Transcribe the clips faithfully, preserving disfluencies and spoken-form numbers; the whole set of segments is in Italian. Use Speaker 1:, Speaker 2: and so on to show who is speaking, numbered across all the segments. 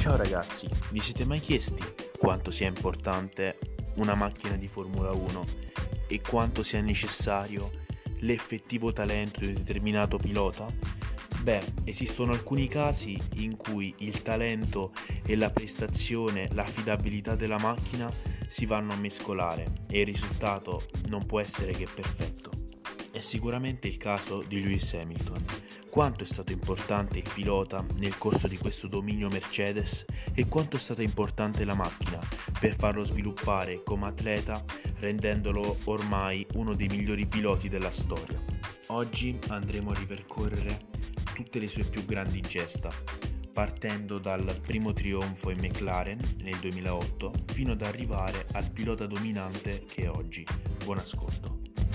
Speaker 1: Ciao ragazzi, vi siete mai chiesti quanto sia importante una macchina di Formula uno e quanto sia necessario l'effettivo talento di un determinato pilota? Beh, esistono alcuni casi in cui il talento e la prestazione, l'affidabilità della macchina si vanno a mescolare e il risultato non può essere che perfetto. È sicuramente il caso di Lewis Hamilton. Quanto è stato importante il pilota nel corso di questo dominio Mercedes e quanto è stata importante la macchina per farlo sviluppare come atleta, rendendolo ormai uno dei migliori piloti della storia. Oggi andremo a ripercorrere tutte le sue più grandi gesta, partendo dal primo trionfo in McLaren nel duemilaotto fino ad arrivare al pilota dominante che è oggi. Buon ascolto.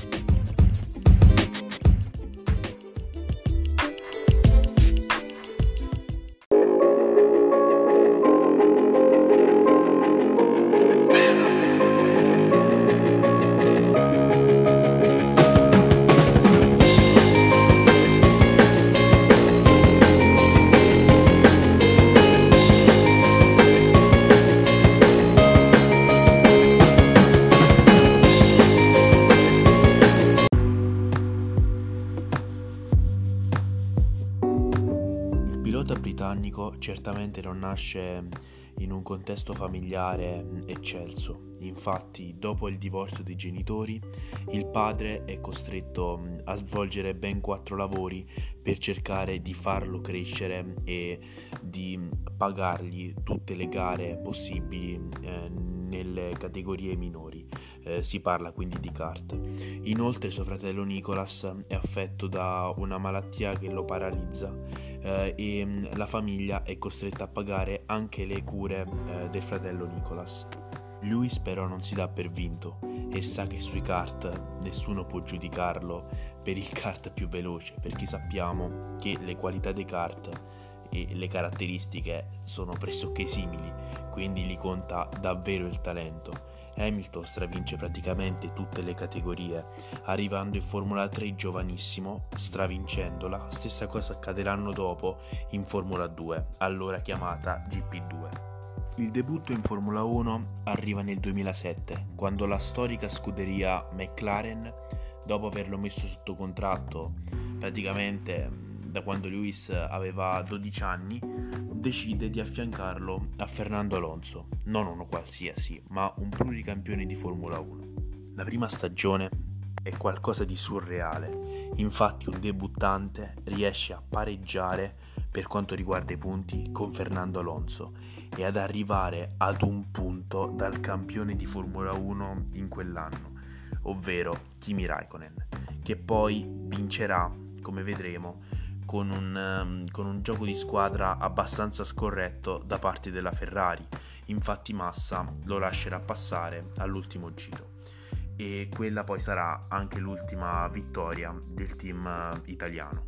Speaker 1: Il pilota britannico certamente non nasce in un contesto familiare eccelso. Infatti, dopo il divorzio dei genitori, il padre è costretto a svolgere ben quattro lavori per cercare di farlo crescere e di pagargli tutte le gare possibili eh, nelle categorie minori. Eh, si parla quindi di kart. Inoltre suo fratello Nicholas è affetto da una malattia che lo paralizza eh, e la famiglia è costretta a pagare anche le cure eh, del fratello Nicholas. Lewis però non si dà per vinto e sa che sui kart nessuno può giudicarlo per il kart più veloce, perché sappiamo che le qualità dei kart e le caratteristiche sono pressoché simili, quindi gli conta davvero il talento. Hamilton stravince praticamente tutte le categorie, arrivando in Formula tre giovanissimo, stravincendola. Stessa cosa accadrà l'anno dopo in Formula due, allora chiamata G P due. Il debutto in Formula uno arriva nel duemilasette, quando la storica scuderia McLaren, dopo averlo messo sotto contratto praticamente da quando Lewis aveva dodici anni, decide di affiancarlo a Fernando Alonso, non uno qualsiasi, ma un pluricampione di Formula uno. La prima stagione è qualcosa di surreale, infatti un debuttante riesce a pareggiare per quanto riguarda i punti con Fernando Alonso e ad arrivare ad un punto dal campione di Formula uno in quell'anno, ovvero Kimi Raikkonen, che poi vincerà, come vedremo, con un, um, con un gioco di squadra abbastanza scorretto da parte della Ferrari. Infatti Massa lo lascerà passare all'ultimo giro e quella poi sarà anche l'ultima vittoria del team uh, italiano.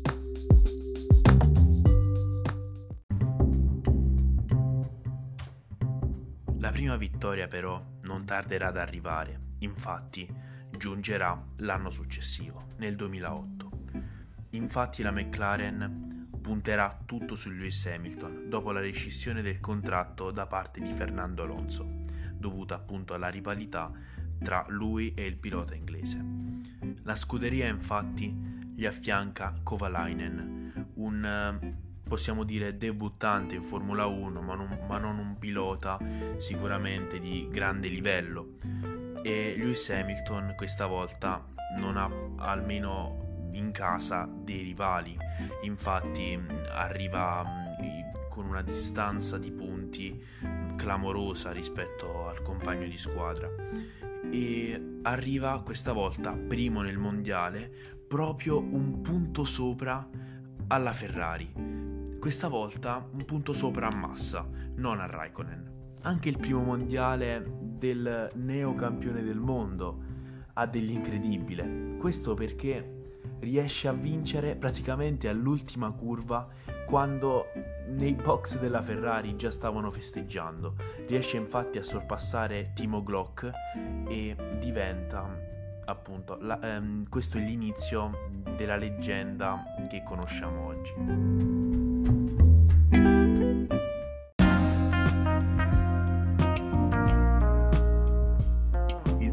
Speaker 1: La prima vittoria però non tarderà ad arrivare, infatti giungerà l'anno successivo, nel duemilaotto. Infatti la McLaren punterà tutto su Lewis Hamilton dopo la rescissione del contratto da parte di Fernando Alonso, dovuta appunto alla rivalità tra lui e il pilota inglese. La scuderia infatti gli affianca Kovalainen, un possiamo dire debuttante in Formula uno, ma non, ma non un pilota sicuramente di grande livello, e Lewis Hamilton questa volta non ha almeno in casa dei rivali, infatti arriva con una distanza di punti clamorosa rispetto al compagno di squadra e arriva questa volta primo nel mondiale, proprio un punto sopra alla Ferrari, questa volta un punto sopra a Massa, non a Raikkonen. Anche il primo mondiale del neocampione del mondo ha dell'incredibile, questo perché riesce a vincere praticamente all'ultima curva, quando nei box della Ferrari già stavano festeggiando. Riesce infatti a sorpassare Timo Glock e diventa appunto la, ehm, questo è l'inizio della leggenda che conosciamo oggi.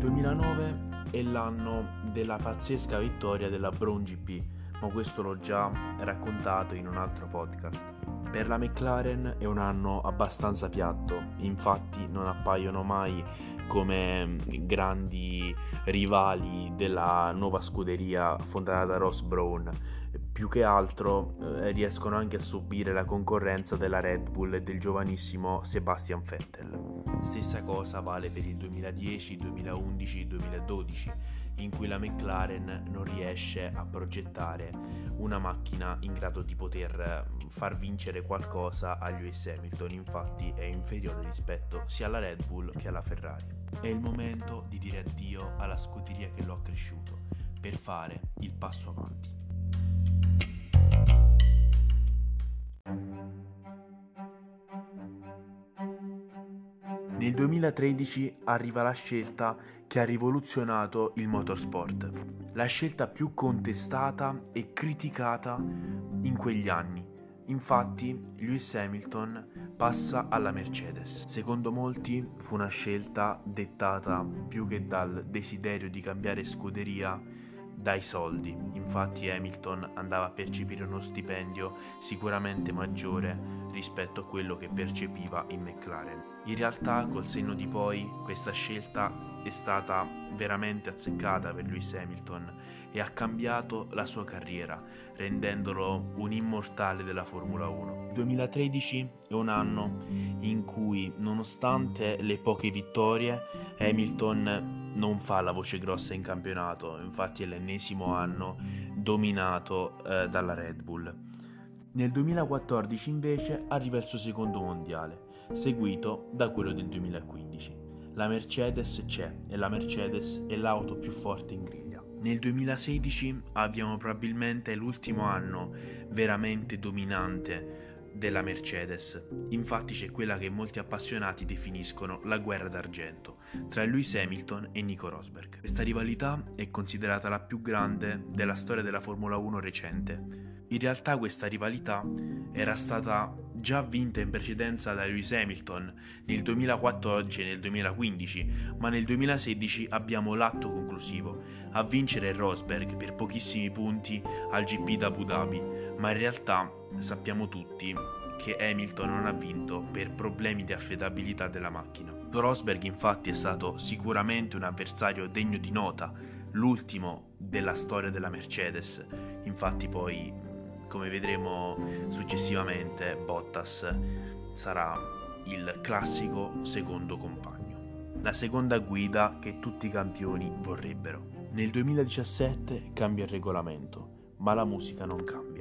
Speaker 1: duemilanove è l'anno della pazzesca vittoria della Brown G P, ma questo l'ho già raccontato in un altro podcast. Per la McLaren è un anno abbastanza piatto, infatti non appaiono mai come grandi rivali della nuova scuderia fondata da Ross Brawn. Più che altro eh, riescono anche a subire la concorrenza della Red Bull e del giovanissimo Sebastian Vettel. Stessa cosa vale per il duemiladieci, duemilaundici, duemiladodici, in cui la McLaren non riesce a progettare una macchina in grado di poter far vincere qualcosa a Lewis Hamilton, infatti è inferiore rispetto sia alla Red Bull che alla Ferrari. È il momento di dire addio alla scuderia che lo ha cresciuto per fare il passo avanti. Nel duemilatredici arriva la scelta che ha rivoluzionato il motorsport, la scelta più contestata e criticata in quegli anni. Infatti, Lewis Hamilton passa alla Mercedes. Secondo molti fu una scelta dettata più che dal desiderio di cambiare scuderia, dai soldi. Infatti Hamilton andava a percepire uno stipendio sicuramente maggiore rispetto a quello che percepiva in McLaren. In realtà, col senno di poi, questa scelta è stata veramente azzeccata per Lewis Hamilton e ha cambiato la sua carriera, rendendolo un immortale della Formula uno. Il duemilatredici è un anno in cui, nonostante le poche vittorie, Hamilton non fa la voce grossa in campionato, infatti è l'ennesimo anno dominato eh, dalla Red Bull. Nel duemilaquattordici invece arriva il suo secondo mondiale, seguito da quello del duemilaquindici. La Mercedes c'è e la Mercedes è l'auto più forte in griglia. Nel duemilasedici abbiamo probabilmente l'ultimo anno veramente dominante della Mercedes, infatti c'è quella che molti appassionati definiscono la guerra d'argento tra Lewis Hamilton e Nico Rosberg. Questa rivalità è considerata la più grande della storia della Formula uno recente. In realtà questa rivalità era stata già vinta in precedenza da Lewis Hamilton nel duemilaquattordici e nel duemilaquindici, ma nel duemilasedici abbiamo l'atto conclusivo, a vincere Rosberg per pochissimi punti al G P d'Abu Dhabi, ma in realtà sappiamo tutti che Hamilton non ha vinto per problemi di affidabilità della macchina. Rosberg infatti è stato sicuramente un avversario degno di nota, l'ultimo della storia della Mercedes, infatti poi, come vedremo successivamente, Bottas sarà il classico secondo compagno, la seconda guida che tutti i campioni vorrebbero. Nel duemiladiciassette cambia il regolamento, ma la musica non cambia.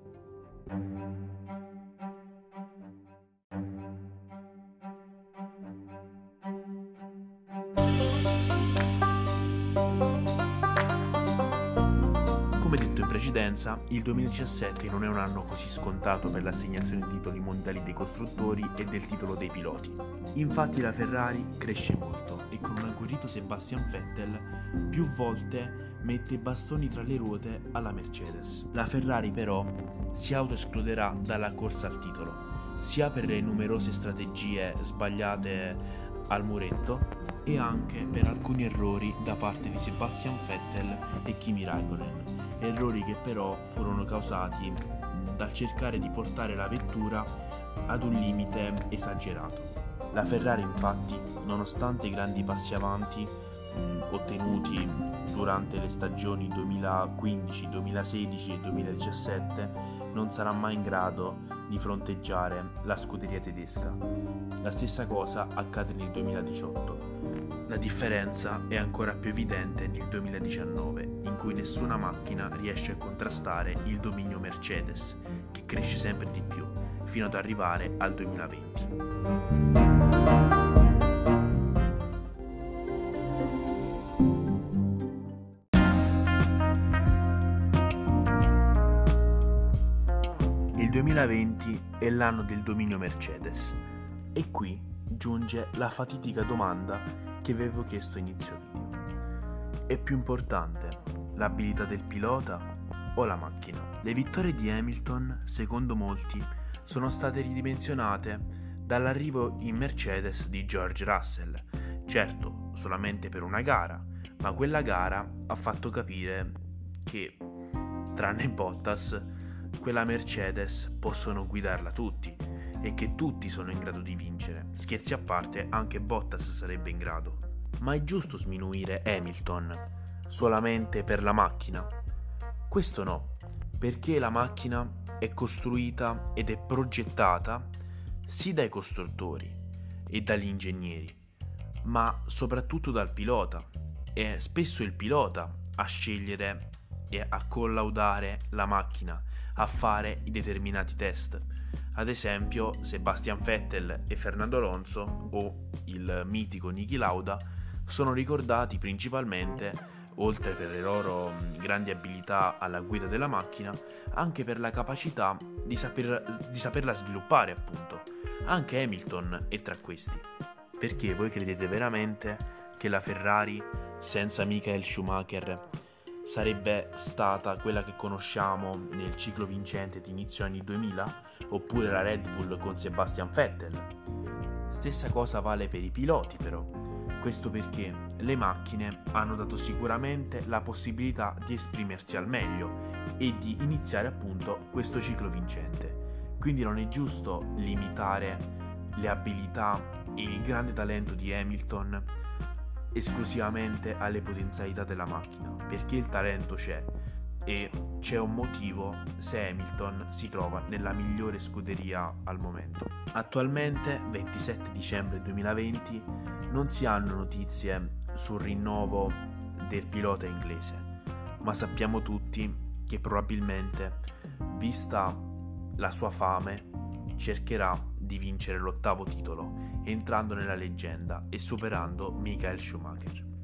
Speaker 1: Come detto in precedenza, il duemiladiciassette non è un anno così scontato per l'assegnazione di titoli mondiali dei costruttori e del titolo dei piloti. Infatti la Ferrari cresce molto e con un agguerrito Sebastian Vettel più volte mette bastoni tra le ruote alla Mercedes. La Ferrari però si autoescluderà dalla corsa al titolo, sia per le numerose strategie sbagliate al muretto e anche per alcuni errori da parte di Sebastian Vettel e Kimi Raikkonen. Errori che però furono causati dal cercare di portare la vettura ad un limite esagerato. La Ferrari infatti, nonostante i grandi passi avanti mh, ottenuti durante le stagioni duemilaquindici, duemilasedici e duemiladiciassette, non sarà mai in grado di fronteggiare la scuderia tedesca. La stessa cosa accade nel duemiladiciotto. La differenza è ancora più evidente nel duemiladiciannove, in cui nessuna macchina riesce a contrastare il dominio Mercedes, che cresce sempre di più, fino ad arrivare al duemilaventi. Il duemilaventi è l'anno del dominio Mercedes e qui giunge la fatidica domanda che avevo chiesto a inizio video. È più importante l'abilità del pilota o la macchina? Le vittorie di Hamilton, secondo molti, sono state ridimensionate dall'arrivo in Mercedes di George Russell. Certo, solamente per una gara, ma quella gara ha fatto capire che, tranne Bottas, quella Mercedes possono guidarla tutti e che tutti sono in grado di vincere. Scherzi a parte, anche Bottas sarebbe in grado. Ma è giusto sminuire Hamilton solamente per la macchina? Questo no, perché la macchina è costruita ed è progettata sì dai costruttori e dagli ingegneri, ma soprattutto dal pilota. È spesso il pilota a scegliere e a collaudare la macchina, a fare i determinati test. Ad esempio, Sebastian Vettel e Fernando Alonso, o il mitico Niki Lauda, sono ricordati principalmente, oltre per le loro grandi abilità alla guida della macchina, anche per la capacità di, saper, di saperla sviluppare, appunto. Anche Hamilton è tra questi. Perché voi credete veramente che la Ferrari senza Michael Schumacher sarebbe stata quella che conosciamo nel ciclo vincente di inizio anni duemila? Oppure la Red Bull con Sebastian Vettel? Stessa cosa vale per i piloti, però. Questo perché le macchine hanno dato sicuramente la possibilità di esprimersi al meglio e di iniziare appunto questo ciclo vincente. Quindi non è giusto limitare le abilità e il grande talento di Hamilton esclusivamente alle potenzialità della macchina, perché il talento c'è e c'è un motivo se Hamilton si trova nella migliore scuderia al momento. Attualmente, ventisette dicembre duemilaventi, non si hanno notizie sul rinnovo del pilota inglese, ma sappiamo tutti che probabilmente, vista la sua fame, cercherà di vincere l'ottavo titolo, entrando nella leggenda e superando Michael Schumacher.